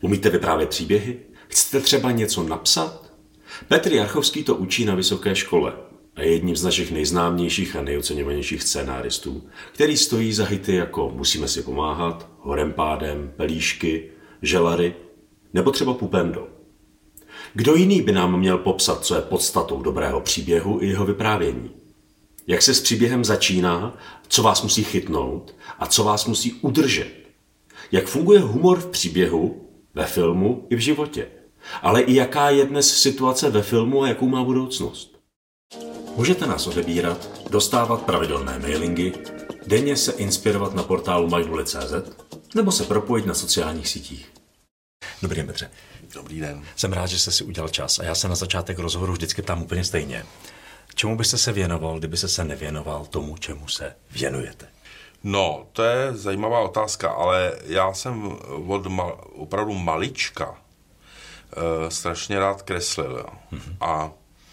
Umíte vyprávět příběhy? Chcete třeba něco napsat? Petr Jarchovský to učí na vysoké škole a je jedním z našich nejznámějších a nejoceňovanějších scénáristů, který stojí za hity jako Musíme si pomáhat, Horem pádem, Pelíšky, Želary nebo třeba Pupendo. Kdo jiný by nám měl popsat, co je podstatou dobrého příběhu i jeho vyprávění? Jak se s příběhem začíná, co vás musí chytnout a co vás musí udržet? Jak funguje humor v příběhu, ve filmu i v životě? Ale i jaká je dnes situace ve filmu a jakou má budoucnost? Můžete nás odebírat, dostávat pravidelné mailingy, denně se inspirovat na portálu mydvoli.cz nebo se propojit na sociálních sítích. Dobrý den, Petře. Dobrý den. Jsem rád, že jste si udělal čas a já se na začátek rozhovoru vždycky ptám úplně stejně. Čemu byste se věnoval, kdyby se nevěnoval tomu, čemu se věnujete? No, to je zajímavá otázka, ale já jsem od opravdu malička strašně rád kreslil. Jo. A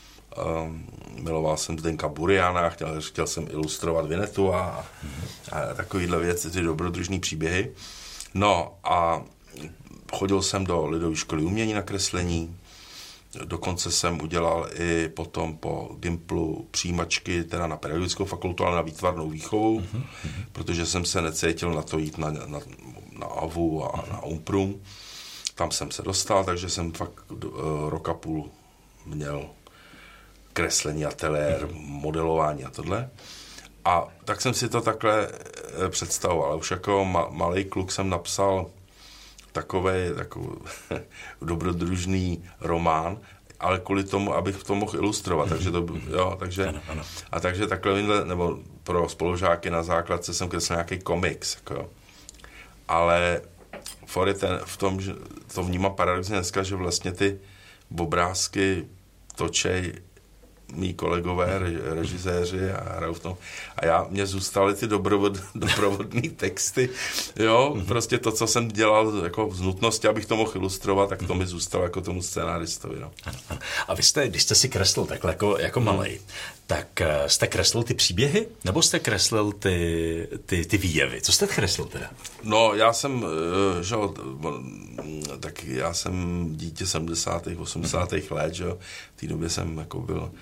miloval jsem Zdenka Buriana, chtěl jsem ilustrovat Vinetu a takovýhle věci, ty dobrodružný příběhy. No a chodil jsem do Lidové školy umění na kreslení, dokonce jsem udělal i potom po Gimplu přijímačky teda na pedagogickou fakultu, ale na výtvarnou výchovu, protože jsem se necítil na to jít na AVU a na UMPRu. Tam jsem se dostal, takže jsem fakt rok a půl měl kreslení, ateliér, modelování a tohle. A tak jsem si to takhle představoval. Už jako malý kluk jsem napsal takový dobrodružný román, ale kvůli tomu, abych to mohl ilustrovat. Takže to, jo, takže, ano. A takže takhle, nebo pro spolužáky na základce jsem kreslil nějaký komiks. Jako. Ale v tom, že to vnímám paradoxně dneska, že vlastně ty obrázky točej mý kolegové, režiséři a hrajou v tom. A mně zůstaly ty doprovodné texty, jo, prostě to, co jsem dělal jako z nutnosti, abych to mohl ilustrovat, tak to mi zůstalo jako tomu scénáristovi, no. Ano. A vy jste, když jste si kreslil takhle jako malej, tak jste kreslil ty příběhy, nebo jste kreslil ty výjevy? Co jste kreslil teda? No, já jsem, tak já jsem dítě 70. 80. let, že jo, v té době jsem jako byl,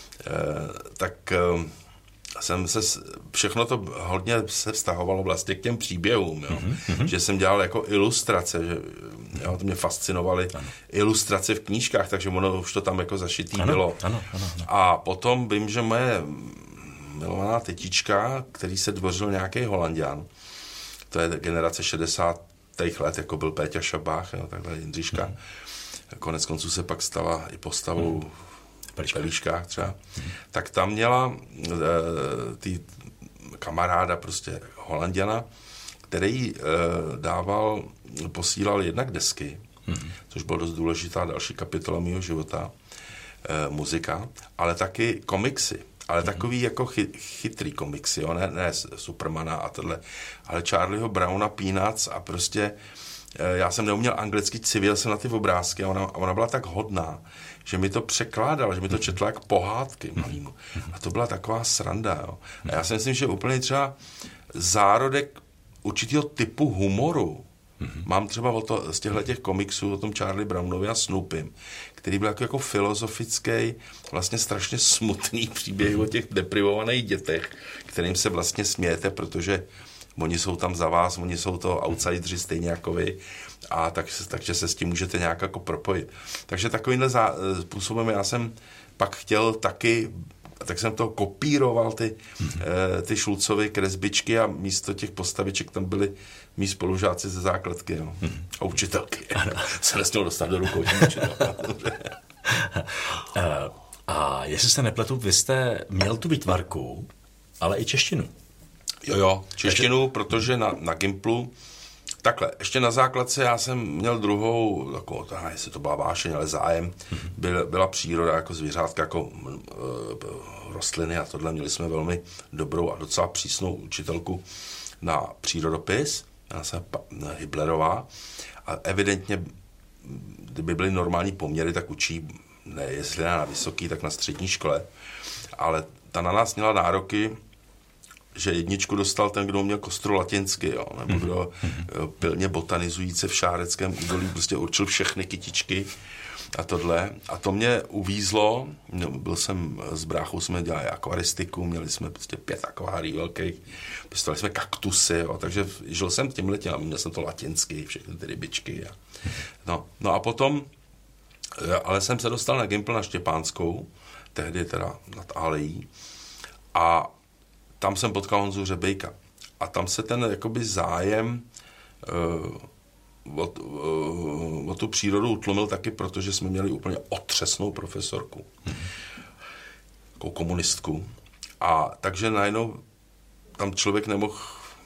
jsem se, všechno to hodně se vztahovalo vlastně k těm příběhům, jo? Že jsem dělal jako ilustrace, že jo, to mě fascinovaly ilustrace v knížkách, takže ono už to tam jako zašitý bylo. Ano. A potom vím, že moje milovaná tetička, který se dvořil nějaký Holanďan, to je generace 60. let, jako byl Péťa Šabách, jo, takhle Jindřiška. Konec konců se pak stala i postavou v Pelíškách třeba. Tak tam měla ty kamaráda, prostě Holanděna, který posílal jednak desky, což bylo dost důležitá další kapitola mého života, muzika, ale taky komiksy. Ale takový jako chytrý komiksy, jo? Ne Supermana a tohle, ale Charlieho Browna, Peanuts a prostě já jsem neuměl anglicky, civil jsem na ty obrázky a ona byla tak hodná, že mi to překládala, že mi to četla jak pohádky malýmu. A to byla taková sranda, jo. A já si myslím, že úplně třeba zárodek určitého typu humoru mám třeba z těchto komiksů o tom Charlie Brownovi a Snoopym, který byl jako filozofický, vlastně strašně smutný příběh o těch deprivovaných dětech, kterým se vlastně smějete, protože oni jsou tam za vás, oni jsou to outsideri stejně jako vy, a takže se s tím můžete nějak jako propojit. Takže takovýmhle způsobem já jsem pak chtěl taky, tak jsem to kopíroval ty Šulcovy kresbičky a místo těch postaviček tam byly mý spolužáci ze základky, jo. A učitelky. Se nesměl dostat do rukou tím učitelka. A jestli se nepletu, vy jste měl tu výtvarku, ale i češtinu. Jo, češtinu, protože na Gimplu, takhle, ještě na základce já jsem měl druhou, jako, jestli to byla vášeň, ale zájem, byla příroda, jako zvířátka, jako rostliny a tohle. Měli jsme velmi dobrou a docela přísnou učitelku na přírodopis, Hyblerová, a evidentně, kdyby byly normální poměry, tak učí, ne jestli na vysoký, tak na střední škole, ale ta na nás měla nároky, že jedničku dostal ten, kdo měl kostru latinsky, jo, nebo kdo pilně botanizující v Šáreckém údolí prostě určil všechny kytičky a tohle. A to mě uvízlo, byl jsem s bráchou, jsme dělali akvaristiku, měli jsme prostě 5 akvárií velkých, pěstovali jsme kaktusy, jo, takže žil jsem tímhletím a měl jsem to latinsky, všechny ty rybičky. No a potom, ale jsem se dostal na Gimpl na Štěpánskou, tehdy teda nad Alejí, a tam jsem potkal Honzu Řebejka. A tam se ten jakoby zájem o tu přírodu utlumil taky, protože jsme měli úplně otřesnou profesorku. Jako komunistku. A takže najednou tam člověk nemohl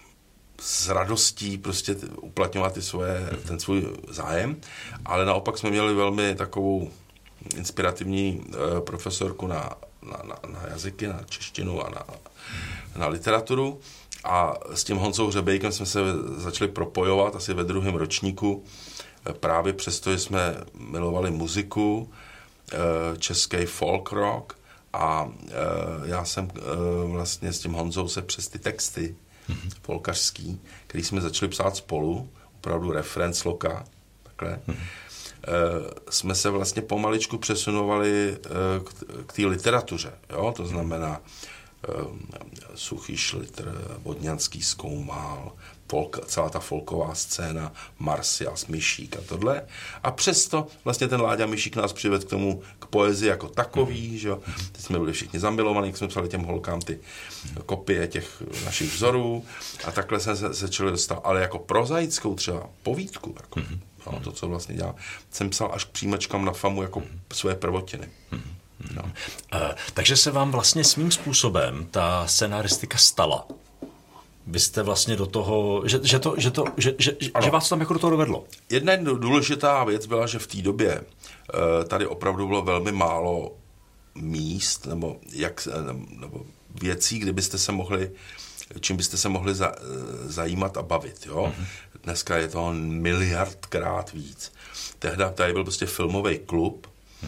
s radostí prostě uplatňovat ten svůj zájem, ale naopak jsme měli velmi takovou inspirativní profesorku na jazyky, na češtinu a na literaturu. A s tím Honzou Řebejkem jsme se začali propojovat asi ve 2. ročníku. Právě přesto, že jsme milovali muziku, český folk rock a já jsem vlastně s tím Honzou se přes ty texty folkařský, který jsme začali psát spolu, opravdu refrén, sloka, takhle, jsme se vlastně pomaličku přesunovali k té literatuře. Jo? To znamená Suchý Šlitr, Vodňanský zkoumal, celá ta folková scéna, Marsias, Myšík a tohle. A přesto vlastně ten Láďa Myšík nás přivedl k poezii jako takový, že jo. Teď jsme byli všichni zamilovaní, jsme psali těm holkám ty kopie těch našich vzorů a takhle jsme se začali dostat. Ale jako prozaickou třeba povídku, jako, no, to, co vlastně dělám, jsem psal až k Přijímačkám na FAMu jako své prvotiny. No. Takže se vám vlastně svým způsobem ta scenaristika stala. Vy jste vlastně do toho, že vás to tam jako do toho dovedlo. Jedna důležitá věc byla, že v té době tady opravdu bylo velmi málo míst nebo věcí, čím byste se mohli zajímat a bavit. Jo? Dneska je to miliardkrát víc. Tehdy tady byl prostě filmový klub,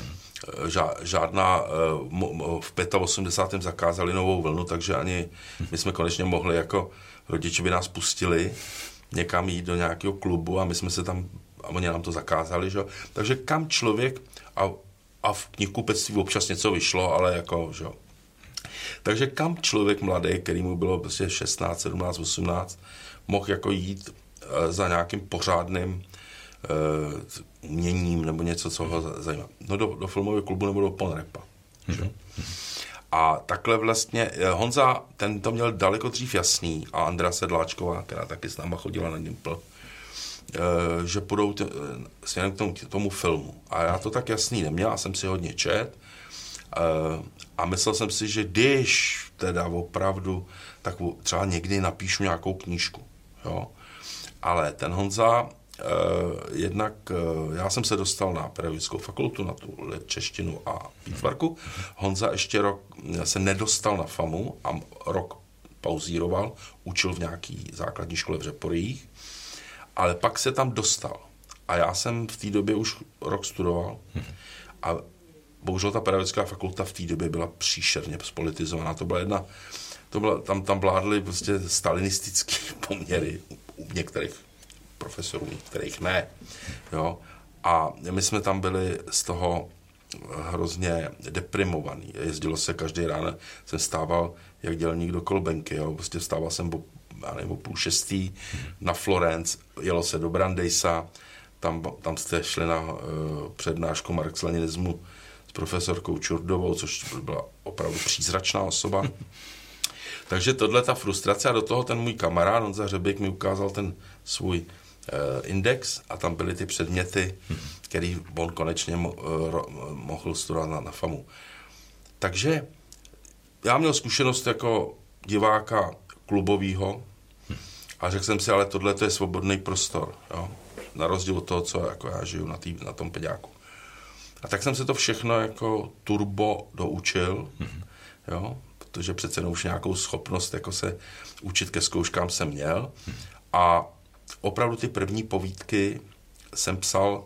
žádná, v 85. zakázali Novou vlnu, takže ani my jsme konečně mohli, jako rodiče by nás pustili někam jít do nějakého klubu a my jsme se tam, a oni nám to zakázali, že? Takže kam člověk, a v knihkupectví občas něco vyšlo, ale jako, že? Takže kam člověk mladý, který mu bylo prostě 16, 17, 18, mohl jako jít za nějakým pořádným uměním nebo něco, co ho zajímá. No do filmového klubu nebo do Ponrepa. A takhle vlastně Honza, ten to měl daleko dřív jasný, a Andrea Sedláčková, která taky s náma chodila na Gimpl, že půjdou směrem k tomu filmu. A já to tak jasný neměl, já jsem si hodně čet a myslel jsem si, že když teda opravdu, tak třeba někdy napíšu nějakou knížku. Jo? Ale ten Honza jednak já jsem se dostal na pedagogickou fakultu, na tu češtinu a výtvarku. Honza ještě rok se nedostal na FAMu a rok pauzíroval, učil v nějaký základní škole v Řeporyjích, ale pak se tam dostal. A já jsem v té době už rok studoval a bohužel ta pedagogická fakulta v té době byla příšerně spolitizovaná. Tam vládly prostě stalinistické poměry u některých profesorů, některých ne. Jo? A my jsme tam byli z toho hrozně deprimovaný. Jezdilo se každý ráno, jsem stával jak dělník do Kolbenky. Jo? Prostě vstával jsem o 5:30 na Florence, jelo se do Brandejsa, tam jste šli na přednášku marx-leninismu s profesorkou Čurdovou, což byla opravdu přízračná osoba. Takže tohle ta frustrace a do toho ten můj kamarád Honza Řebejk mi ukázal ten svůj index a tam byly ty předměty, který on konečně mohl studovat na FAMu. Takže já měl zkušenost jako diváka klubovýho a řekl jsem si, ale tohle to je svobodný prostor, jo? Na rozdíl od toho, co jako já žiju na tom peďáku. A tak jsem se to všechno jako turbo doučil, jo? Protože přece už nějakou schopnost jako se učit ke zkouškám jsem měl a opravdu ty první povídky jsem psal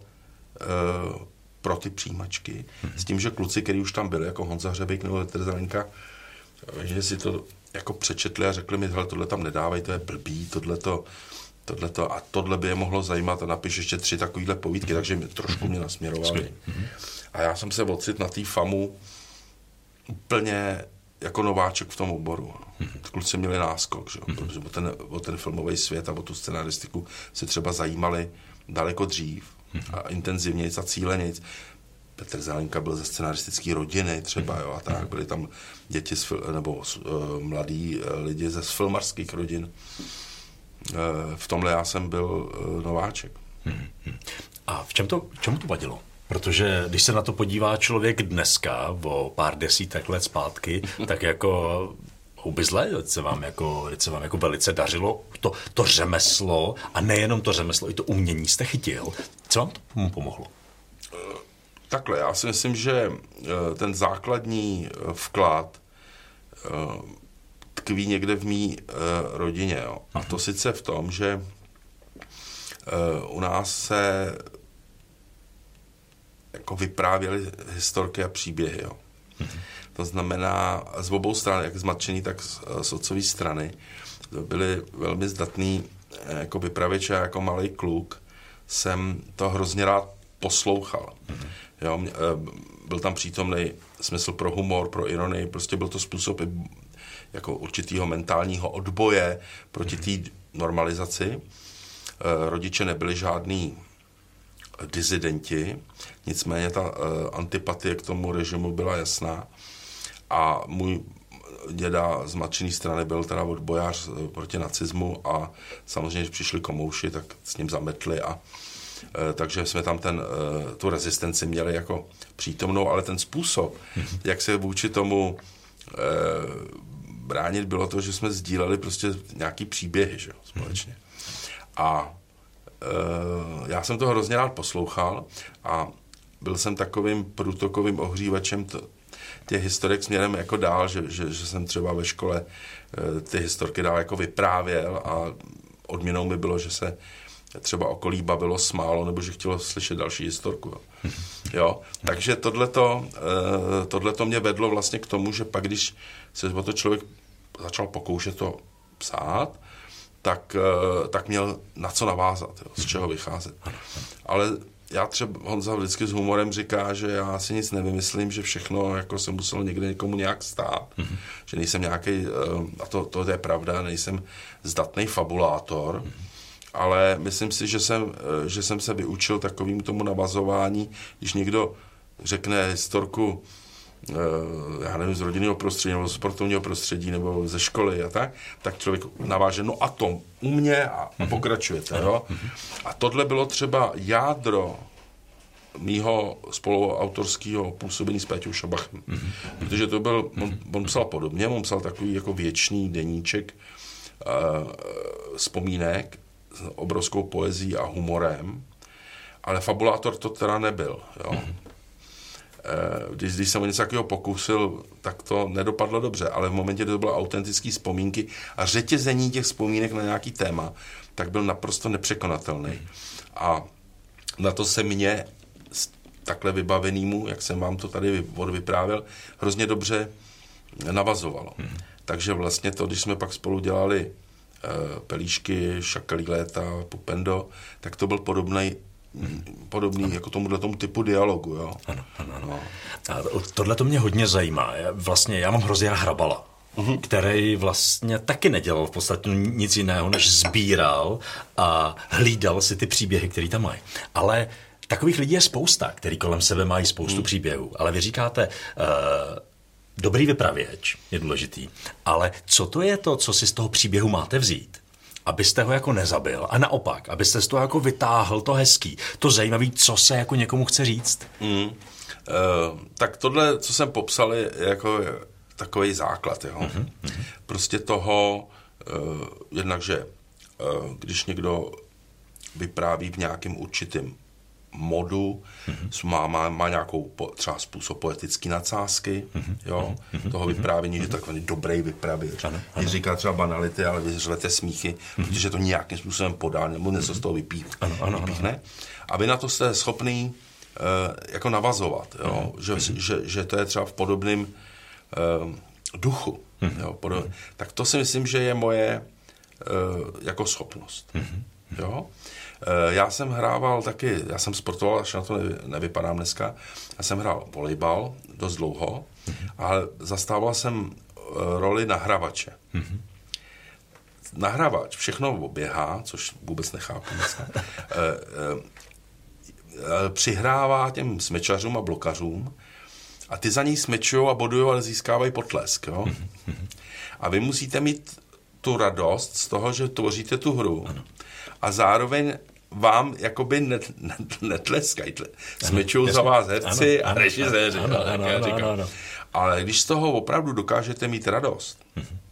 pro ty přijímačky, s tím, že kluci, kteří už tam byli, jako Honza Hřebejk nebo Petr Zelenka, že si to jako přečetli a řekli mi, hele, tohle tam nedávej, to je blbý, tohleto a tohle by je mohlo zajímat a napiš ještě 3 takovýhle povídky, takže trošku mě nasměrovali. A já jsem se ocit na té FAMu úplně jako nováček v tom oboru. Kluci měli náskok, že? Protože o ten filmový svět a o tu scenaristiku se třeba zajímali daleko dřív a intenzivnějc a cílenějc. Petr Zelenka byl ze scenaristické rodiny třeba, jo, a tak. Byli tam děti nebo mladí lidi ze filmarských rodin. V tomhle já jsem byl nováček. A čemu to vadilo? Protože když se na to podívá člověk dneska, o pár desítek let zpátky, tak jako houbyzle, teď se vám jako velice dařilo to řemeslo, a nejenom to řemeslo, i to umění jste chytil. Co vám to pomohlo? Takhle, já si myslím, že ten základní vklad tkví někde v mý rodině. Jo. A to sice v tom, že u nás se jako vyprávěly historky a příběhy. Jo. To znamená, z obou stran, jak z matčení, tak z otcové strany, byli velmi zdatný jako vypravěče, jako malý kluk jsem to hrozně rád poslouchal. Jo, byl tam přítomný smysl pro humor, pro ironii, prostě byl to způsob jako určitýho mentálního odboje proti té normalizaci. Rodiče nebyli žádný disidenti, nicméně ta antipatie k tomu režimu byla jasná a můj děda z matčinné strany byl teda odbojář proti nacismu a samozřejmě, když přišli komouši, tak s ním zametli a takže jsme tam tu rezistenci měli jako přítomnou, ale ten způsob, jak se vůči tomu bránit, bylo to, že jsme sdíleli prostě nějaký příběhy, že jo, společně. A já jsem to hrozně rád poslouchal a byl jsem takovým průtokovým ohřívačem těch historiek směrem jako dál, že jsem třeba ve škole ty historky dál jako vyprávěl a odměnou mi bylo, že se třeba okolí bavilo, smálo, nebo že chtělo slyšet další historku. Jo? Takže tohleto mě vedlo vlastně k tomu, že pak, když se o to člověk začal pokoušet to psát, tak měl na co navázat, jo? Z čeho vycházet. Ale já třeba, Honza vždycky s humorem říká, že já si nic nevymyslím, že všechno jako se muselo někde někomu nějak stát. Že nejsem nějaký, a to je pravda, nejsem zdatný fabulátor, ale myslím si, že jsem se vyučil takovým tomu navazování, když někdo řekne historku, já nevím, z rodinného prostředí, nebo z sportovního prostředí, nebo ze školy a tak člověk naváže, no a to u mě a pokračujete, jo. A tohle bylo třeba jádro mýho spoluautorského působení s Péťou Šabachem. Protože to byl, on psal podobně, on psal takový jako věčný deníček vzpomínek s obrovskou poezí a humorem, ale fabulátor to teda nebyl, jo. Když jsem o něco takového pokusil, tak to nedopadlo dobře, ale v momentě, kdy to byly autentické vzpomínky a řetězení těch vzpomínek na nějaký téma, tak byl naprosto nepřekonatelný. A na to se mě takhle vybavenýmu, jak jsem vám to tady odvyprávěl, hrozně dobře navazovalo. Takže vlastně to, když jsme pak spolu dělali Pelíšky, Šakalí léta, Pupendo, tak to byl podobný jako tomu typu dialogu, jo. Ano. No. A tohle to mě hodně zajímá. Já mám hrozně Hrabala, který vlastně taky nedělal v podstatě nic jiného, než sbíral a hlídal si ty příběhy, které tam mají. Ale takových lidí je spousta, který kolem sebe mají spoustu příběhů. Ale vy říkáte, dobrý vypravěč je důležitý. Ale co to je to, co si z toho příběhu máte vzít? Abyste ho jako nezabil a naopak, abyste z toho jako vytáhl to hezký, to zajímavý, co se jako někomu chce říct. Tak tohle, co jsem popsal, je jako takový základ. Jo? Prostě toho, jednak, že když vypráví v nějakém určitým modu, má nějakou třeba způsob poetický nadsázky, jo, toho vyprávění, že takový dobrý vypravěč. Když říká třeba banality, ale vyřvete smíchy, protože to nějakým způsobem podá, nebo něco z toho vypíchne. A vy na to jste schopný jako navazovat, jo, že to je třeba v podobném duchu. Jo, tak to si myslím, že je moje jako schopnost. Jo? Já jsem hrával taky, já jsem sportoval, až na to nevypadám dneska, já jsem hrál volejbal dost dlouho, ale zastával jsem roli nahravače. Nahravač všechno běhá, což vůbec nechápu dneska, přihrává těm smečařům a blokařům a ty za ní smečujou a bodujou, ale získávají potlesk. Jo? A vy musíte mít tu radost z toho, že tvoříte tu hru a zároveň vám jakoby netleskají. Smečujou za vás herci a režiséři. Ale když z toho opravdu dokážete mít radost,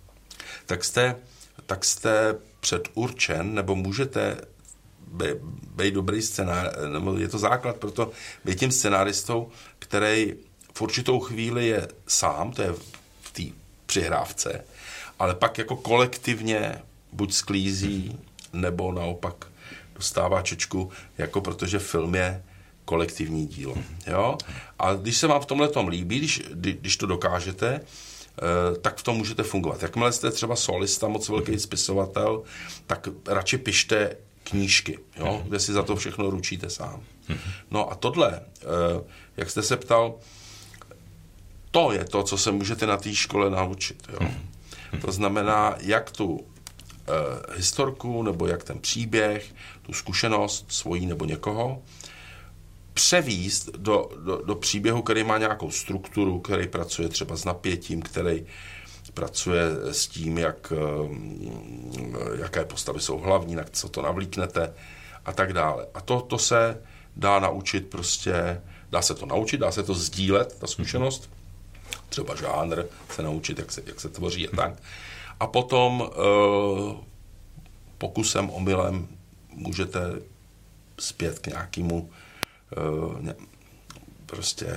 tak jste předurčen, nebo můžete být dobrý scénář, nebo je to základ pro to být tím scenáristou, který v určitou chvíli je sám, to je v té přihrávce, ale pak jako kolektivně buď sklízí, nebo naopak dostává čečku, jako protože film je kolektivní dílo. Jo? A když se vám v tomhletom líbí, když to dokážete, tak v tom můžete fungovat. Jakmile jste třeba solista, moc velký spisovatel, tak radši pište knížky, jo? Kde si za to všechno ručíte sám. No a tohle, jak jste se ptal, to je to, co se můžete na té škole naučit. Jo? To znamená, jak tu historku, nebo jak ten příběh, tu zkušenost svojí nebo někoho, převíst do příběhu, který má nějakou strukturu, který pracuje třeba s napětím, který pracuje s tím, jaké postavy jsou hlavní, na co to navlíknete a tak dále. A to se dá naučit prostě, dá se to naučit, dá se to sdílet, ta zkušenost, třeba žánr se naučit, jak se tvoří a tak. A potom pokusem, omylem můžete zpět k nějakému prostě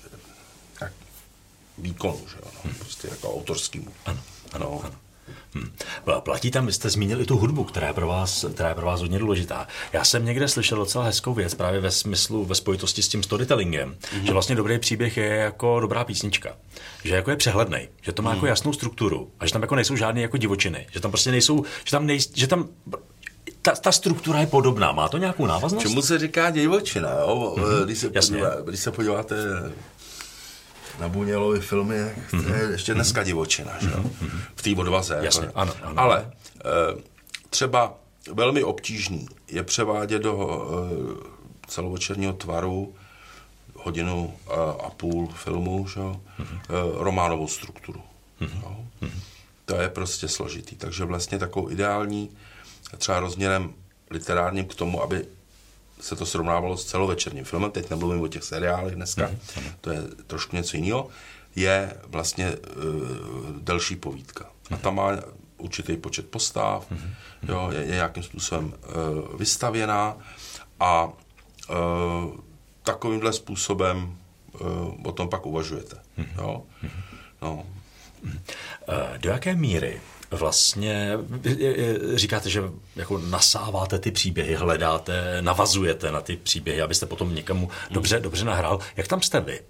výkonu, že ano, prostě jako autorskému. Ano. Platí tam, vy jste zmínil i tu hudbu, která je pro vás hodně důležitá. Já jsem někde slyšel docela hezkou věc právě ve smyslu, ve spojitosti s tím storytellingem, že vlastně dobrý příběh je jako dobrá písnička. Že jako je přehlednej, že to má jako jasnou strukturu a že tam jako nejsou žádné jako divočiny, že tam prostě nejsou, že tam ta struktura je podobná. Má to nějakou návaznost? Čemu se říká divočina, jo? Když se podíváte na Buñuelovy filmy, to je ještě dneska divočina, že jo? V té odvaze. Jasně, jako. ano. Ale třeba velmi obtížný je převádět do celovečerního tvaru hodinu a půl filmu, že jo? Románovou strukturu. Jo? To je prostě složitý. Takže vlastně takovou ideální třeba rozměrem literárním k tomu, aby se to srovnávalo s celovečerním filmem, teď nemluvím o těch seriálech dneska, to je trošku něco jiného, je vlastně delší povídka. A tam má určitý počet postav, jo, je nějakým způsobem vystavěná a takovýmhle způsobem o tom pak uvažujete. Jo? No. Do jaké míry vlastně říkáte, že jako nasáváte ty příběhy, hledáte, navazujete na ty příběhy, abyste potom někomu dobře nahrál. Jak tam jste vy?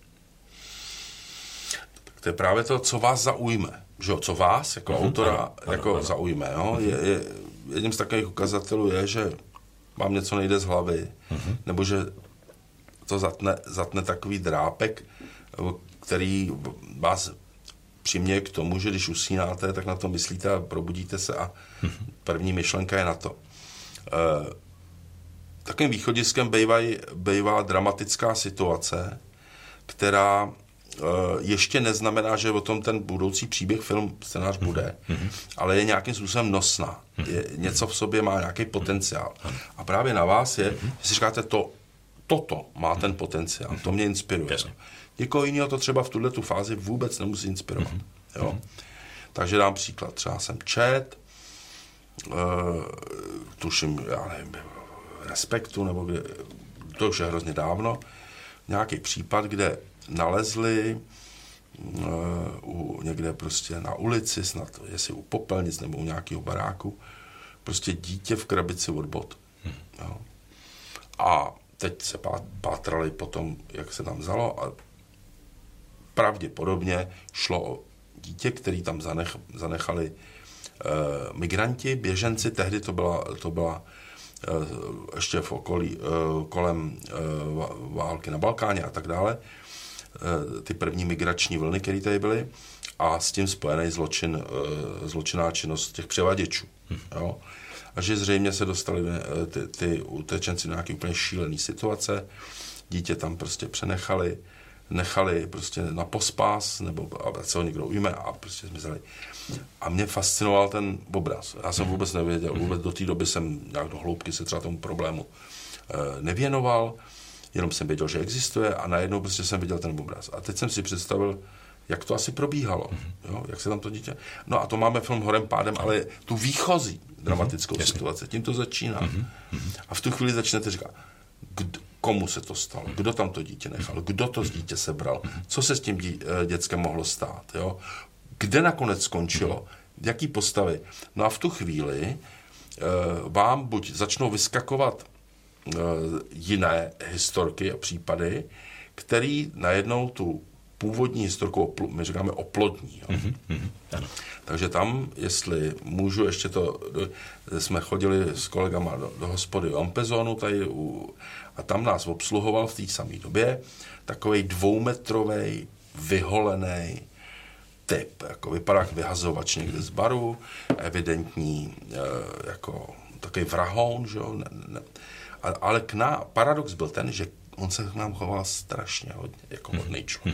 To je právě to, co vás zaujme. Že? Co vás jako autora ano. Zaujme. Jo? Jedním z takových ukazatelů je, že vám něco nejde z hlavy, nebo že to zatne takový drápek, který vás přiměje k tomu, že když usínáte, tak na to myslíte a probudíte se a první myšlenka je na to. Takovým východiskem bývá dramatická situace, která ještě neznamená, že o tom ten budoucí příběh, film, scénář bude, ale je nějakým způsobem nosná. Něco v sobě má nějaký potenciál. A právě na vás je, že si říkáte, toto má ten potenciál, to mě inspiruje. Někoho jiného to třeba v tuto fázi vůbec nemusí inspirovat. Jo? Takže dám příklad. Třeba jsem čet, tuším, já nevím, Respektu, nebo kde, to už je hrozně dávno, nějaký případ, kde nalezli někde prostě na ulici, snad jestli u popelnic nebo u nějakého baráku, prostě dítě v krabici od bot. Jo? A teď se pátrali potom, jak se tam vzalo a pravděpodobně šlo o dítě, který tam zanechali migranti, běženci, tehdy to byla ještě v okolí, kolem války na Balkáně a tak dále, ty první migrační vlny, které tady byly, a s tím spojený zločinná činnost těch převaděčů. Jo? A že zřejmě se dostali ty utečenci do nějaké úplně šílené situace, dítě tam prostě nechali prostě na pospás, nebo aby se ho někdo ujme a prostě zmizeli. A mě fascinoval ten obraz. Já jsem vůbec nevěděl, vůbec do té doby jsem nějak do hloubky se třeba tomu problému nevěnoval, jenom jsem věděl, že existuje a najednou prostě jsem viděl ten obraz. A teď jsem si představil, jak to asi probíhalo, jo? Jak se tam to dítě... No a to máme film Horem pádem, ale tu výchozí dramatickou situaci, tím to začíná. A v tu chvíli začnete říkat, komu se to stalo, kdo tam to dítě nechal, kdo to dítě sebral, co se s tím dětskem mohlo stát, jo? Kde nakonec skončilo, jaký postavy. No a v tu chvíli vám buď začnou vyskakovat jiné historky a případy, který najednou tu původní historku, my říkáme oplodní. Jo? Takže tam, jestli můžu ještě to, jsme chodili s kolegama do hospody Ampezonu tady a tam nás obsluhoval v té samé době takovej 2metrový vyholený typ, jako vypadá jak vyhazovač někde z baru, evidentní jako takový vrahoun, že jo? Ale paradox byl ten, že on se k nám choval strašně hodně, jako hodnej člověk.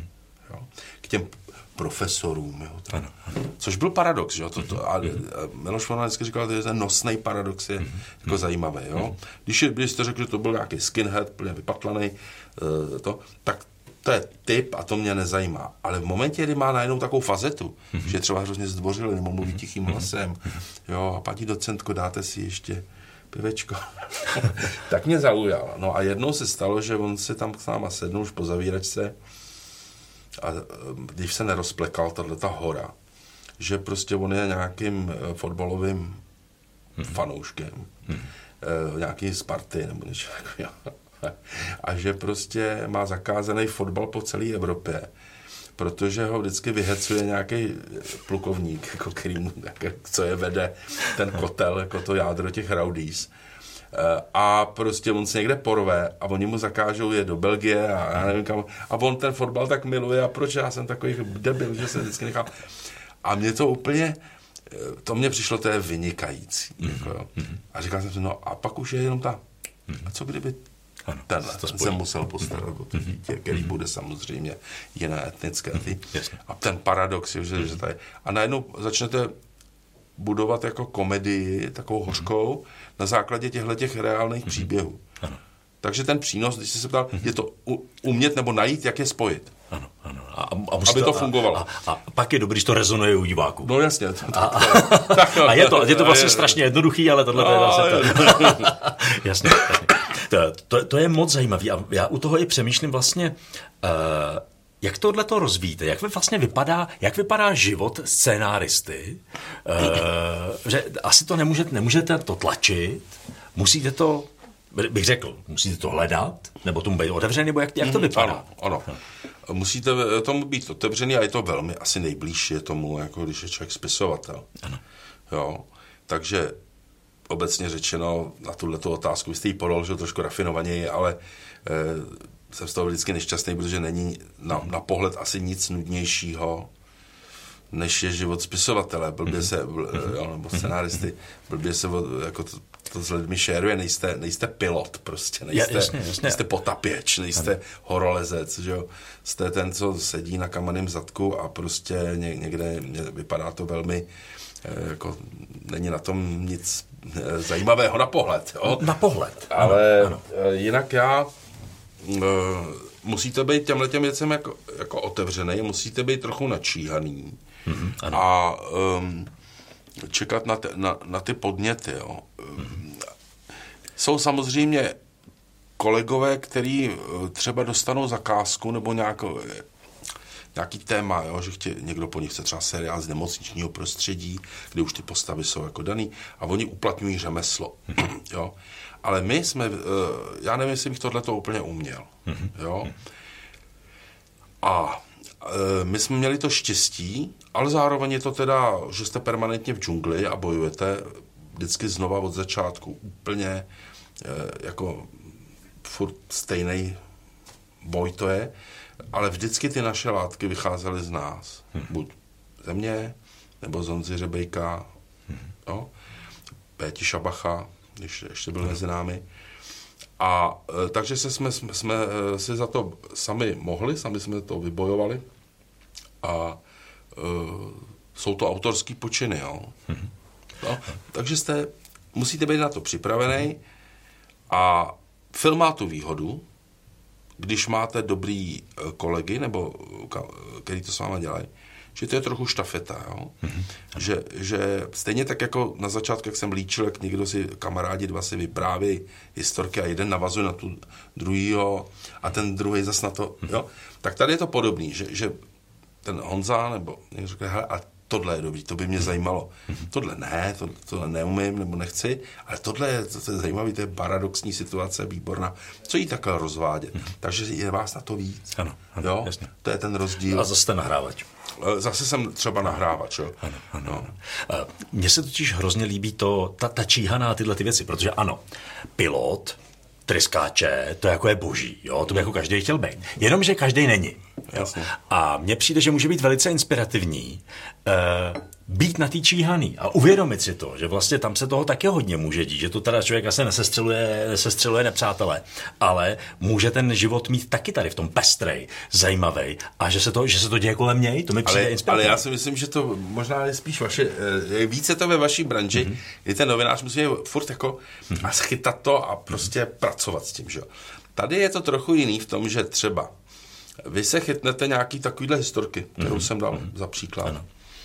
K těm profesorům, jo, což byl paradox, že jo, a Miloš Forman vždycky říkal, že ten nosnej paradox je jako zajímavý, jo. Když jste řekl, že to byl nějaký skinhead, plně vypatlaný, tak to je typ a to mě nezajímá. Ale v momentě, kdy má najednou takovou fazetu, že je třeba hrozně zdvořilý, nebo mluví tichým hlasem, jo, a paní docentko, dáte si ještě pivečko. Tak mě zaujal. No a jednou se stalo, že on si tam s náma sednul už po zavíračce a když se nerozplekal tato hora, že prostě on je nějakým fotbalovým fanouškem, nějaký Sparty nebo něco takového. A že prostě má zakázaný fotbal po celé Evropě, protože ho vždycky vyhecuje nějaký plukovník, jako který, co je vede ten kotel, jako to jádro těch rowdies. A prostě on se někde porve a oni mu zakážou je do Belgie a já nevím kam. A on ten fotbal tak miluje a proč já jsem takový debil, že se vždycky nechám. A mě to úplně, to mně přišlo, to je vynikající. Jako, jo. A říkal jsem si, no a pak už je jenom ta, a co kdyby tenhle se musel postarat o to dítě, který bude samozřejmě jiné etnické. A ten paradox je, že tady. A najednou začnete budovat jako komedii, takovou hořkou, na základě těchto reálných příběhů. Takže ten přínos, když jsi se ptal, je to umět nebo najít, jak je spojit. Ano. Aby to fungovalo. A pak je dobrý, když to rezonuje u diváků. No jasně. A je to vlastně strašně jednoduchý, ale tohle je zase to. Jasně. To je moc zajímavý a já u toho i přemýšlím vlastně, jak tohle to rozvíjíte, jak vypadá život scénáristy, že asi to nemůžete to tlačit, musíte to, bych řekl, musíte to hledat, nebo tomu být otevřený, nebo jak to vypadá? Ano. Musíte tomu být otevřený a je to velmi asi nejblížší je tomu, jako když je člověk spisovatel. Ano. Jo, takže obecně řečeno na tuto otázku, vy jste ji položil trošku rafinovaněji, ale jsem z toho vždycky nešťastný, protože není na pohled asi nic nudnějšího, než je život spisovatele. Blbě se, nebo scenáristy, blbě se jako to s lidmi šeruje, nejste pilot prostě, nejste potapěč, nejste horolezec, že jo. Jste ten, co sedí na kamenném zadku a prostě někde vypadá to velmi, jako není na tom nic zajímavého na pohled. Jo? Na pohled. Ale ano. Jinak musíte být těmhletěm věcem jako otevřený, musíte být trochu načíhaný a čekat na ty podněty. Jo. Jsou samozřejmě kolegové, který třeba dostanou zakázku nebo nějaký téma, jo, že někdo po nich chce třeba seriál z nemocničního prostředí, kde už ty postavy jsou jako daný a oni uplatňují řemeslo. Jo. Ale my jsme, já nevím, jestli bych tohleto úplně uměl. Jo. My jsme měli to štěstí, ale zároveň je to teda, že jste permanentně v džungli a bojujete vždycky znova od začátku. Úplně jako furt stejný boj to je, ale vždycky ty naše látky vycházely z nás. Buď ze mě, nebo z Honzy Řebejka, jo? Péti Šabacha, když ještě byl mezi námi. A takže jsme si za to sami jsme to vybojovali a jsou to autorský počiny, jo. No, takže musíte být na to připravený a film má tu výhodu, když máte dobrý kolegy, nebo který to s váma dělají, že to je trochu štafeta, jo? Že stejně tak jako na začátku, jak jsem líčil, jak někdo si, kamarádi dva si vypráví historky a jeden navazuje na tu druhýho a ten druhý zas na to, jo? Tak tady je to podobný, že ten Honza nebo někdo řekne, hele, a tohle je dobrý, to by mě zajímalo. Tohle ne, tohle neumím nebo nechci, ale tohle je zajímavý, to je paradoxní situace, výborná. Co jí takhle rozvádět? Takže je vás na to víc. Ano, jo? Jasně. To je ten rozdíl. A zase jste nahrávač. Zase jsem třeba nahrávač, jo. Ano. Mně se totiž hrozně líbí ta číhaná tyhle ty věci, protože ano, pilot, tryskáče, to jako je boží, jo, to by jako každý chtěl být. Jenomže každý není. Jasně. A mně přijde, že může být velice inspirativní být na té číhaný a uvědomit si to, že vlastně tam se toho taky hodně může dít, že to teda člověk asi nesestřeluje nepřátelé, ale může ten život mít taky tady v tom pestrej, zajímavý a že se to děje kolem něj, to mi přijde inspirativní. Ale já si myslím, že to možná je spíš více to ve vaší branži, kdy ten novinář musí furt jako a schytat to a prostě pracovat s tím, že jo. Tady je to trochu jiný v tom, že třeba vy se chytnete nějaký takovýhle historky, kterou jsem dal za příklad. Ano.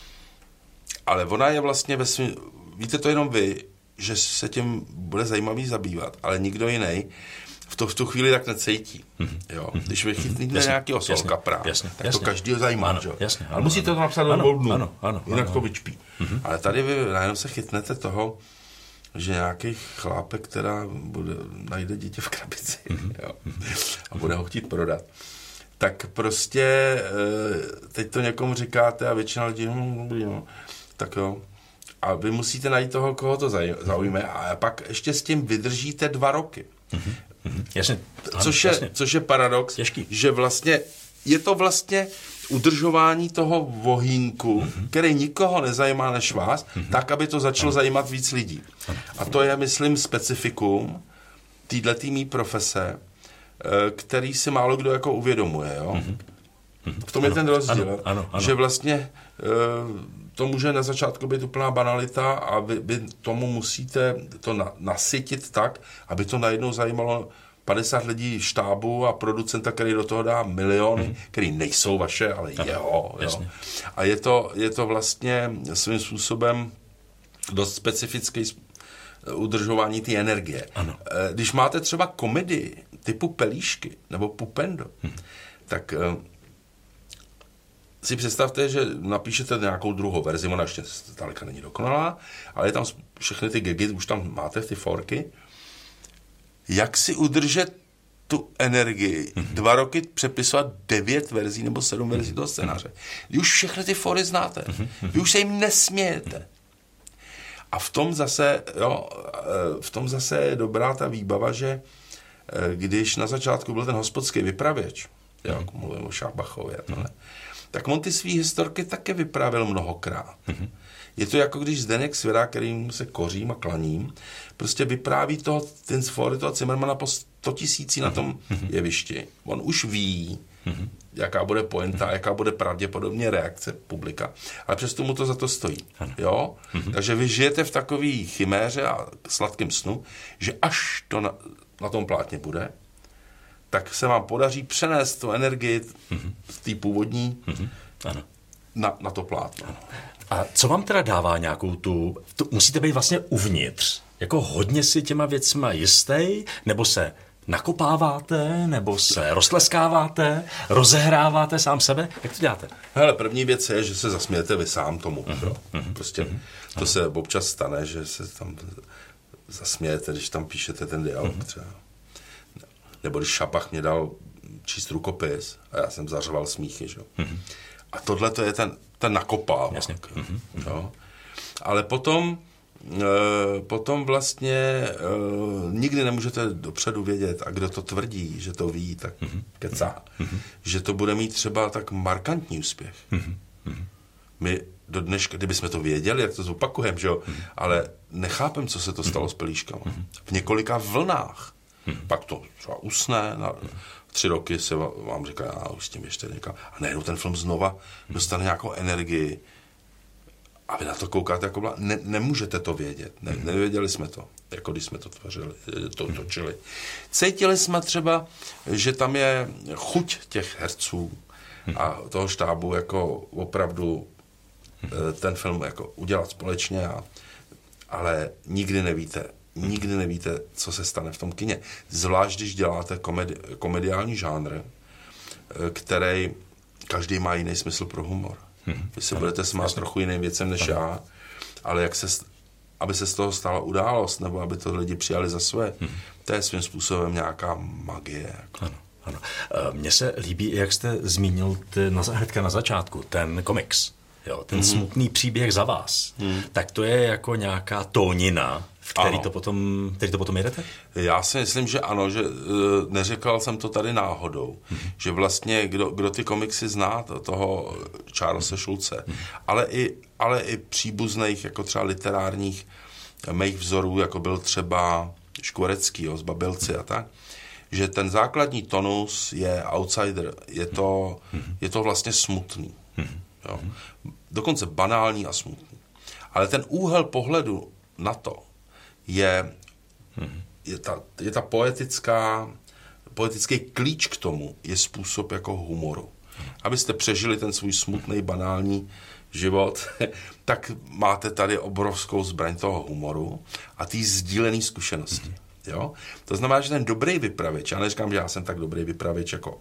Ale ona je vlastně víte to jenom vy, že se tím bude zajímavý zabývat, ale nikdo jiný v tu chvíli tak necítí. Jo? Když vy chytnete nějakého solkapra, tak to každýho zajímá. Ano, že? Jasně, ale musíte to napsat do 2 dnů, jinak to vyčpí. Ale tady vy najednou se chytnete toho, že nějaký chlápek, která najde dítě v krabici jo? A bude ho chtít prodat. Tak prostě teď to někomu říkáte a většina lidí, tak jo. A vy musíte najít toho, koho to zaujme a pak ještě s tím vydržíte 2 roky. Jasně. Což je paradox, těžký. Že vlastně je to vlastně udržování toho vohýnku, který nikoho nezajímá než vás, tak, aby to začalo zajímat víc lidí. A to je, myslím, specifikum téhletý mý profese, který si málo kdo jako uvědomuje. Jo? V tom je ten rozdíl, ano. Že vlastně to může na začátku být úplná banalita a vy tomu musíte to nasytit tak, aby to najednou zajímalo 50 lidí štábu a producenta, který do toho dá miliony, který nejsou vaše, ale jeho. Jo? A je to vlastně svým způsobem dost specifický udržování té energie. Ano. Když máte třeba komedii typu Pelíšky nebo Pupendo, tak si představte, že napíšete nějakou druhou verzi, ona ještě zdaleka není dokonalá, ale je tam všechny ty gagy, už tam máte ty forky. Jak si udržet tu energii 2 roky přepisovat 9 verzí nebo 7 verzí toho scénáře? Vy už všechny ty fory znáte. Vy už se jim nesmějete. A v tom zase je dobrá ta výbava, že když na začátku byl ten hospodský vypravěč, jak mluvím o Šábachovi, tak on ty svý historky také vyprávěl mnohokrát. Je to jako když Zdeněk Svěrák, kterým se kořím a klaním, prostě vypráví ten sfory toho Cimrmana po 100 000 na tom jevišti. On už ví, jaká bude pointa, jaká bude pravděpodobně reakce publika. Ale přesto mu to za to stojí. Jo? Takže vy žijete v takový chiméře a sladkém snu, že až to na tom plátně bude, tak se vám podaří přenést tu energii z té původní na to plátno. A co vám teda dává nějakou musíte být vlastně uvnitř, jako hodně si těma věcma jistý, nebo se nakopáváte, nebo se roztleskáváte, rozehráváte sám sebe? Jak to děláte? Hele, první věc je, že se zasmějete vy sám tomu. Prostě to se občas stane, že se tam zasmějete, když tam píšete ten dialog třeba. Nebo když Šabach mě dal číst rukopis a já jsem zařval smíchy, že? A tohle to je ten nakopávák. Jo? Ale potom vlastně nikdy nemůžete dopředu vědět, a kdo to tvrdí, že to ví, tak kecá. Že to bude mít třeba tak markantní úspěch. My do dneška, kdybychom to věděli, jak to zopakujeme, že jo, ale nechápem, co se to stalo s pelíškama. V několika vlnách. Pak to třeba usne, 3 roky se vám říká, já už s tím ještě někam. A najednou ten film znova dostane nějakou energii. A vy na to koukáte jako nemůžete to vědět. Nevěděli jsme to, jako když jsme to točili. Cítili jsme třeba, že tam je chuť těch herců a toho štábu jako opravdu ten film jako udělat společně, ale nikdy nevíte, co se stane v tom kině. Zvlášť, když děláte komediální žánr, který každý má jiný smysl pro humor. Vy se budete smát trochu jiným věcem než já, ale aby se z toho stala událost, nebo aby to lidi přijali za své, to je svým způsobem nějaká magie. Ano. Mně se líbí, jak jste zmínil hnedka na začátku, ten komiks. Jo, ten smutný příběh za vás. Tak to je jako nějaká tónina, v který to potom jedete? Já si myslím, že ano, že neřekl jsem to tady náhodou, že vlastně kdo ty komiksy zná, toho Charlesa Schulze, ale i příbuzných, jako třeba literárních mých vzorů, jako byl třeba Škvorecký, z Babylci a tak, že ten základní tonus je outsider, je to vlastně smutný. Jo. Dokonce banální a smutný. Ale ten úhel pohledu na to je ta poetický klíč k tomu je způsob jako humoru. Abyste přežili ten svůj smutný, banální život, tak máte tady obrovskou zbraň toho humoru a té sdílené zkušenosti. Jo? To znamená, že ten dobrý vypravěč, já neříkám, že já jsem tak dobrý vypravěč jako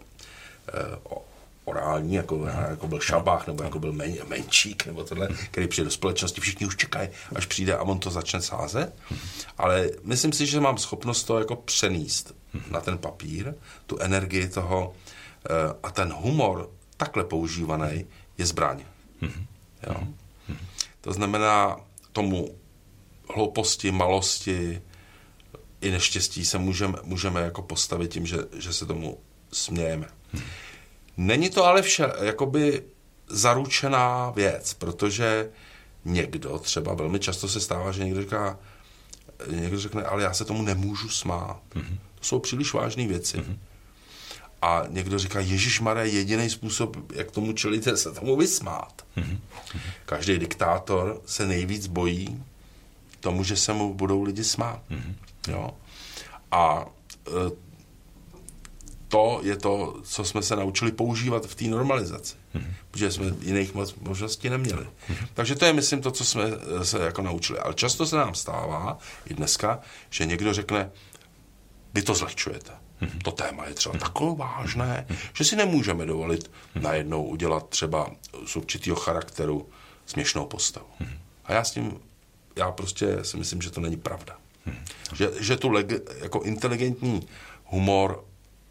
orální, jako byl Šabách, nebo jako byl Menčík, nebo tohle, který přijde do společnosti, všichni už čekají, až přijde a on to začne sázet. Ale myslím si, že mám schopnost to jako přenést na ten papír, tu energii toho a ten humor takhle používaný je zbraň. Jo? To znamená tomu hlouposti, malosti i neštěstí se můžeme jako postavit tím, že se tomu smějeme. Není to ale jakoby zaručená věc, protože někdo třeba velmi často se stává, že někdo řekne, ale já se tomu nemůžu smát. To jsou příliš vážné věci. A někdo říká, ježišmarja, jediný způsob, jak tomu čelit, je se tomu vysmát. Každý diktátor se nejvíc bojí tomu, že se mu budou lidi smát. Jo? A to je to, co jsme se naučili používat v té normalizaci. Protože jsme jiných možností neměli. Takže to je, myslím, to, co jsme se jako naučili. Ale často se nám stává, i dneska, že někdo řekne, vy to zlehčujete. To téma je třeba takové vážné, že si nemůžeme dovolit najednou udělat třeba z určitého charakteru směšnou postavu. A já prostě si myslím, že to není pravda. Že tu jako inteligentní humor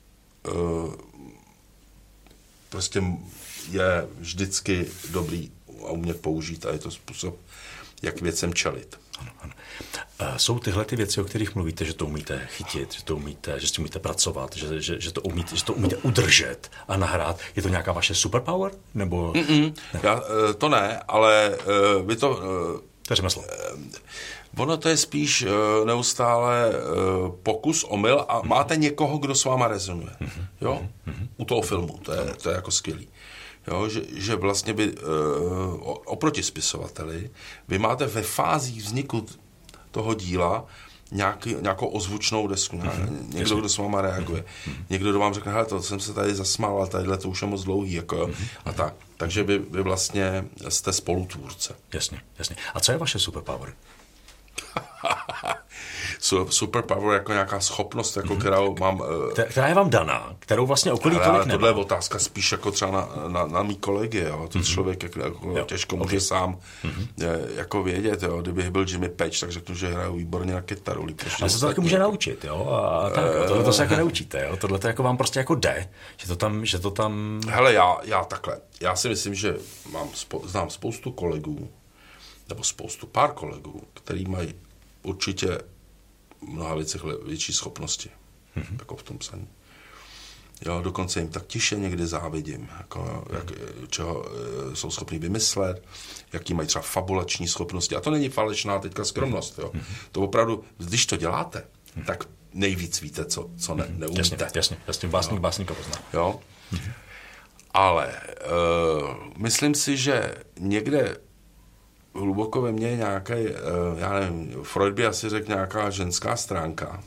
prostě je vždycky dobrý a umět použít a je to způsob, jak věcem čelit. Ano. Jsou tyhle ty věci, o kterých mluvíte, že to umíte chytit, že s tím umíte pracovat, že to umíte udržet a nahrát. Je to nějaká vaše superpower? Nebo... Ne? To ne, ale vy to... To je řemeslo. Ono to je spíš neustále pokus, omyl a máte někoho, kdo s váma rezonuje. Jo? U toho filmu, to je jako skvělý. Jo? Že vlastně vy, oproti spisovateli, vy máte ve fázích vzniku toho díla nějakou ozvučnou desku. Někdo, kdo s váma reaguje. Někdo, kdo vám řekne, hele, to jsem se tady zasmál, ale tadyhle to už je moc dlouhý. Jako, a tak. Takže vy vlastně jste spolutvůrce. Jasně. A co je vaše superpower? Superpower jako nějaká schopnost, jako kterou mám... Která je vám daná, kterou vlastně okolí tolik nemá. Tohle je otázka spíš jako třeba na mý kolegy, jo. To člověk jako těžko může sám jako vědět, jo. Kdyby byl Jimmy Page, tak řeknu, že hraju výborně na kytaru. Ale se to taky může naučit, jo. A tak, tohle to se jako neučíte, jo. Tohle to jako vám prostě jako jde, že to tam... Hele, já takhle. Já si myslím, že znám spoustu kolegů, nebo pár kolegů, který mají určitě mnoha věcech větší schopnosti, jako v tom psaní. Jo, dokonce jim tak tiše někdy závidím, jako, čeho jsou schopni vymyslet, jaký mají třeba fabulační schopnosti. A to není falešná teďka skromnost. Jo. To opravdu, když to děláte, tak nejvíc víte, co neumíte. Jasně, básníka pozná. Jo. Ale myslím si, že někde hluboko ve mně je nějaký, já nevím, Freud by asi řekl nějaká ženská stránka.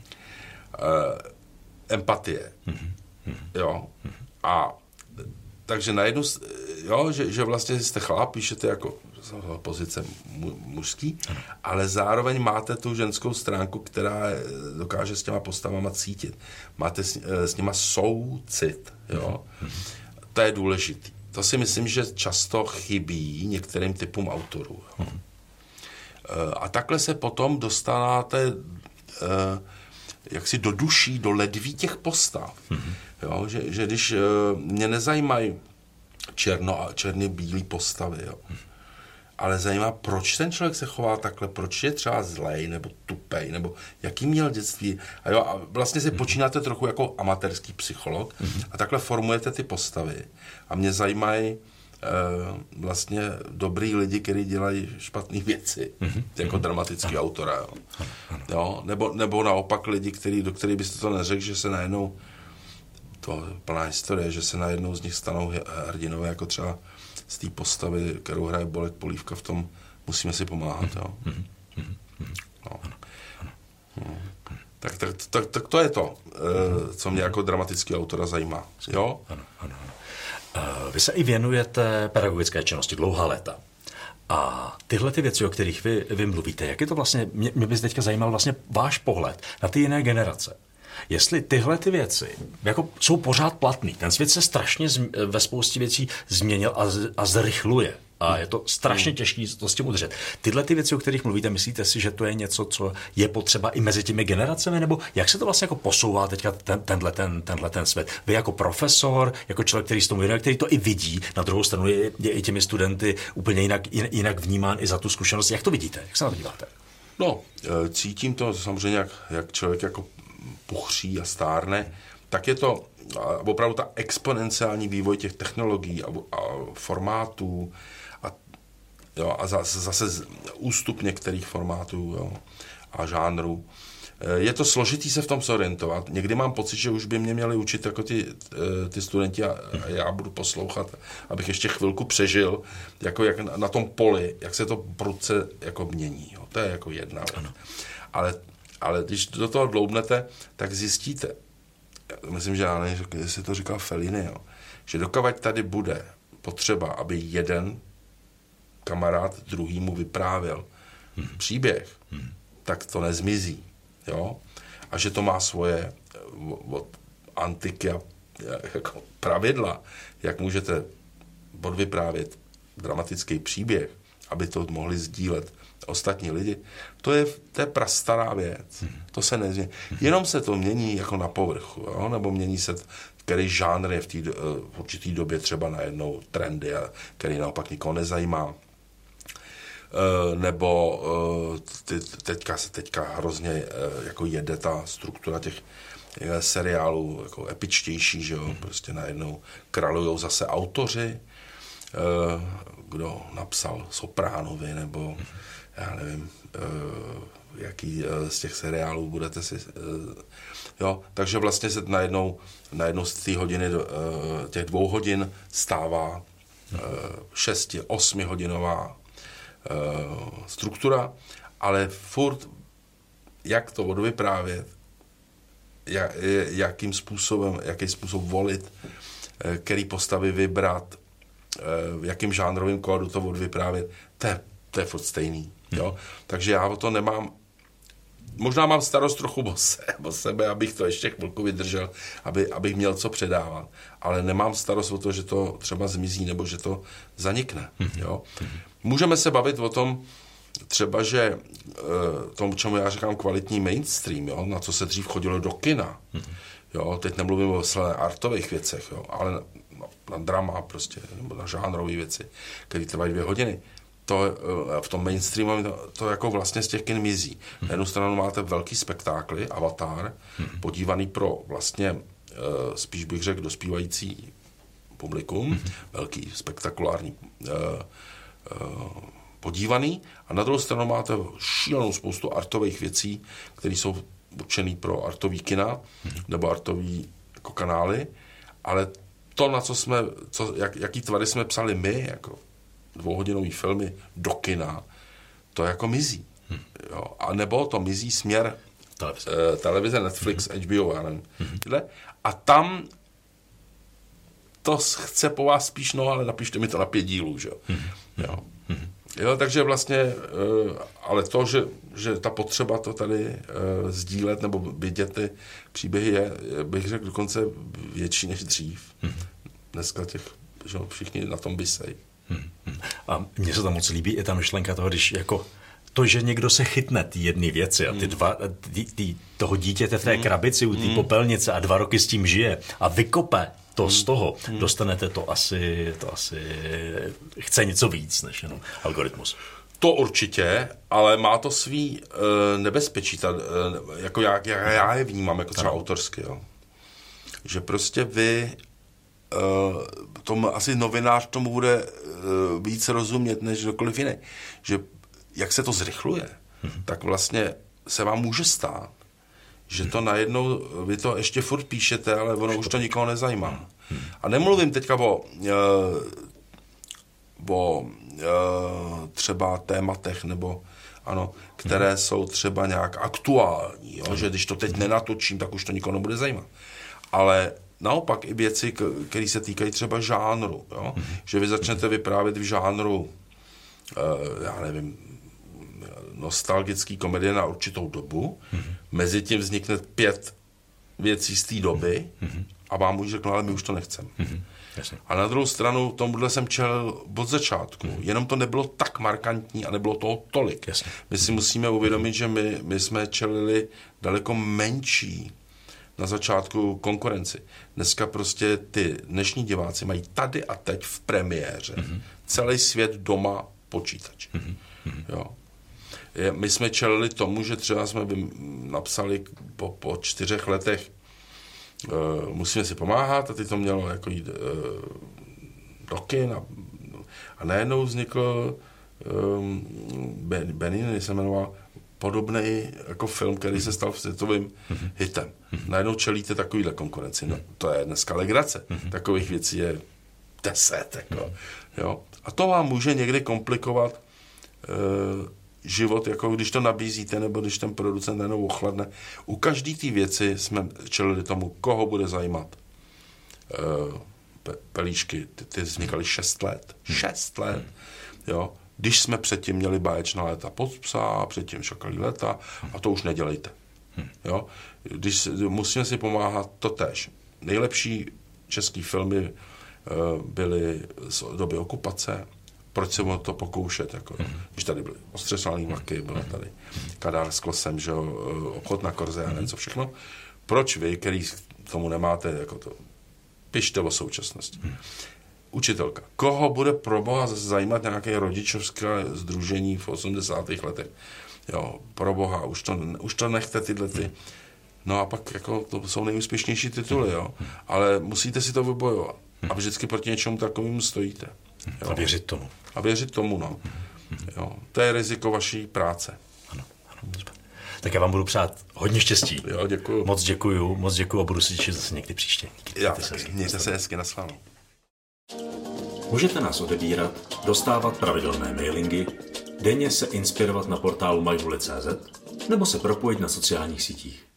Empatie. Jo. A takže najednou, jo, že vlastně jste chlap, píšete jako pozice mužský, ale zároveň máte tu ženskou stránku, která dokáže s těma postavama cítit. Máte s nima soucit, jo. To je důležitý. To si myslím, že často chybí některým typům autorů. A takhle se potom dostáváte jaksi do duší, do ledví těch postav. Jo? Že když mě nezajímají černý bílý postavy, jo? Ale zajímá, proč ten člověk se chová takhle, proč je třeba zlej, nebo tupej, nebo jaký měl dětství. A vlastně si počínáte trochu jako amatérský psycholog a takhle formujete ty postavy. A mě zajímají vlastně dobrý lidi, kteří dělají špatné věci, jako dramatický autora. Jo? Nebo naopak lidi, do kterých byste to neřekl, že se najednou, to je plná historie, že se najednou z nich stanou hrdinové, jako třeba z té postavy, kterou hraje Bolek Polívka v tom Musíme si pomáhat. Jo? No. Tak to je to, co mě jako dramatický autora zajímá. Jo? Ano. Vy se i věnujete pedagogické činnosti dlouhá léta. A tyhle ty věci, o kterých vy mluvíte, jak je to vlastně, mě by teďka zajímal vlastně váš pohled na ty jiné generace. Jestli tyhle ty věci jako jsou pořád platný. Ten svět se strašně ve spoustě věcí změnil a zrychluje. A je to strašně těžké to s tím udržet. Tyhle ty věci, o kterých mluvíte, myslíte si, že to je něco, co je potřeba i mezi těmi generacemi? Nebo jak se to vlastně jako posouvá teďka tenhle svět? Vy jako profesor, jako člověk, který s tomu věnuje, který to i vidí, na druhou stranu je i těmi studenty úplně jinak vnímán i za tu zkušenost. Jak to vidíte? Jak se na to díváte? No, cítím to samozřejmě, jak člověk jako puchří a stárne, tak je to opravdu ta exponenciální vývoj těch technologií a formátů a zase ústup některých formátů, jo, a žánrů. Je to složitý se v tom zorientovat. Někdy mám pocit, že už by mě měli učit jako ty studenti a já budu poslouchat, abych ještě chvilku přežil, jako jak na tom poli, jak se to prudce jako mění. Jo. To je jako jedna věc. Ale když do toho dloubnete, tak zjistíte, myslím, že já nevím, jestli to říkal Fellini, jo, že dokud tady bude potřeba, aby jeden kamarád druhýmu vyprávěl příběh, tak to nezmizí. Jo? A že to má svoje od antiky a jako pravidla, jak můžete odvyprávět dramatický příběh, aby to mohli sdílet ostatní lidi, to je prastará věc. To se nezmění. Jenom se to mění jako na povrchu, jo? Nebo mění se, který žánr je v určitý době třeba najednou trendy, a který naopak nikoho nezajímá. Nebo teďka hrozně jako jede ta struktura těch seriálů jako epičtější, že jo, prostě najednou králujou zase autoři, kdo napsal Sopránovi, nebo já nevím, jaký z těch seriálů budete si, jo, takže vlastně se najednou z té hodiny, těch 2 hodin stává 6-8 hodinová struktura, ale furt jak to odvyprávět, jaký způsob volit, který postavy vybrat, v jakým žánrovým kódu to odvyprávět, to je to je furt stejný. Jo? Takže já o to nemám, možná mám starost trochu o sebe, abych to ještě chvilku vydržel, abych měl co předávat. Ale nemám starost o to, že to třeba zmizí nebo že to zanikne. Jo? Můžeme se bavit o tom, třeba, že tomu, čemu já říkám kvalitní mainstream, jo? Na co se dřív chodilo do kina. Jo? Teď nemluvím o artových věcech, jo? Ale na drama prostě, nebo na žánrové věci, které trvají 2 hodiny. To v tom mainstreamu to jako vlastně z těch kin mizí. Na jednu stranu máte velký spektákly, Avatar, podívaný pro vlastně spíš bych řekl dospívající publikum, velký, spektakulární podívaný, a na druhou stranu máte šílenou spoustu artových věcí, které jsou určený pro artový kina nebo artový jako kanály, ale to, na co jsme, jaký tvary jsme psali my, jako 2hodinový filmy do kina, to jako mizí. Jo. A nebo to mizí směr televize Netflix, HBO, já nevím. A tam to chce po vás spíš, no, ale napište mi to na 5 dílů, že jo. Jo, takže vlastně, ale to, že ta potřeba to tady sdílet nebo vidět ty příběhy je, bych řekl, dokonce větší než dřív. Dneska že všichni na tom visej. A mně se tam moc líbí i ta myšlenka toho, když jako to, že někdo se chytne ty jedné věci a toho dítěte v té krabici u té popelnice a 2 roky s tím žije a vykope to z toho, dostanete to asi chce něco víc než jenom algoritmus. To určitě, ale má to svý nebezpečí, jako já je vnímám, jako třeba autorsky, jo. Že prostě vy tomu asi novinář tomu bude víc rozumět než kdokoliv jiný. Že jak se to zrychluje, tak vlastně se vám může stát, že to najednou, vy to ještě furt píšete, ale ono už to nikoho nezajímá. A nemluvím teďka o třeba tématech, nebo ano, které jsou třeba nějak aktuální, jo? Že když to teď nenatočím, tak už to nikoho nebude zajímat. Ale naopak i věci, které se týkají třeba žánru, jo? Že vy začnete vyprávět v žánru, já nevím, nostalgický komedie na určitou dobu, mezi tím vznikne 5 věcí z té doby a vám už řeknu, ale my už to nechceme. A na druhou stranu tomuhle jsem čelil od začátku, jenom to nebylo tak markantní a nebylo toho tolik. My si musíme uvědomit, že my jsme čelili daleko menší na začátku konkurenci. Dneska prostě ty dnešní diváci mají tady a teď v premiéře celý svět doma počítač. Jo. My jsme čelili tomu, že třeba jsme napsali po 4 letech musíme si pomáhat a teď to mělo jako jít do kin a najednou vznikl Benin, se jmenoval, podobný jako film, který se stal světovým hitem. Najednou čelíte takovýhle konkurenci. No, to je dneska legrace. Takových věcí je 10. Jako, jo. A to vám může někdy komplikovat život, jako když to nabízíte, nebo když ten producent jenom ochladne. U každé té věci jsme čelili tomu, koho bude zajímat. Pelíšky, ty vznikaly 6 let. 6 let. Jo. Když jsme předtím měli báječná léta pod psa, předtím šakalí léta, a to už nedělejte. Jo. Musíme si pomáhat, to též. Nejlepší český filmy byly z doby okupace. Proč se o to pokoušet? Jako, když tady byly Ostřeslaný vlaky, byla tady Kadár s Klosem, že Obchod na Korze a něco všechno. Proč vy, který tomu nemáte, jako to, pište o současnosti. Učitelka. Koho bude pro boha zajímat nějaké rodičovské sdružení v 80. letech? Jo, pro boha, už to nechte tyhle ty. No a pak jako, to jsou nejúspěšnější tituly, jo. Ale musíte si to vybojovat. A vždycky proti něčemu takovému stojíte. Jo. A věřit tomu. A věřit tomu, no. Jo. To je riziko vaší práce. Ano. Tak já vám budu přát hodně štěstí. Jo, děkuju. Moc děkuju a budu se těšit zase někdy příště. Mějte se hezky, naschledanou. Můžete nás odebírat, dostávat pravidelné mailingy, denně se inspirovat na portálu myhuli.cz nebo se propojit na sociálních sítích.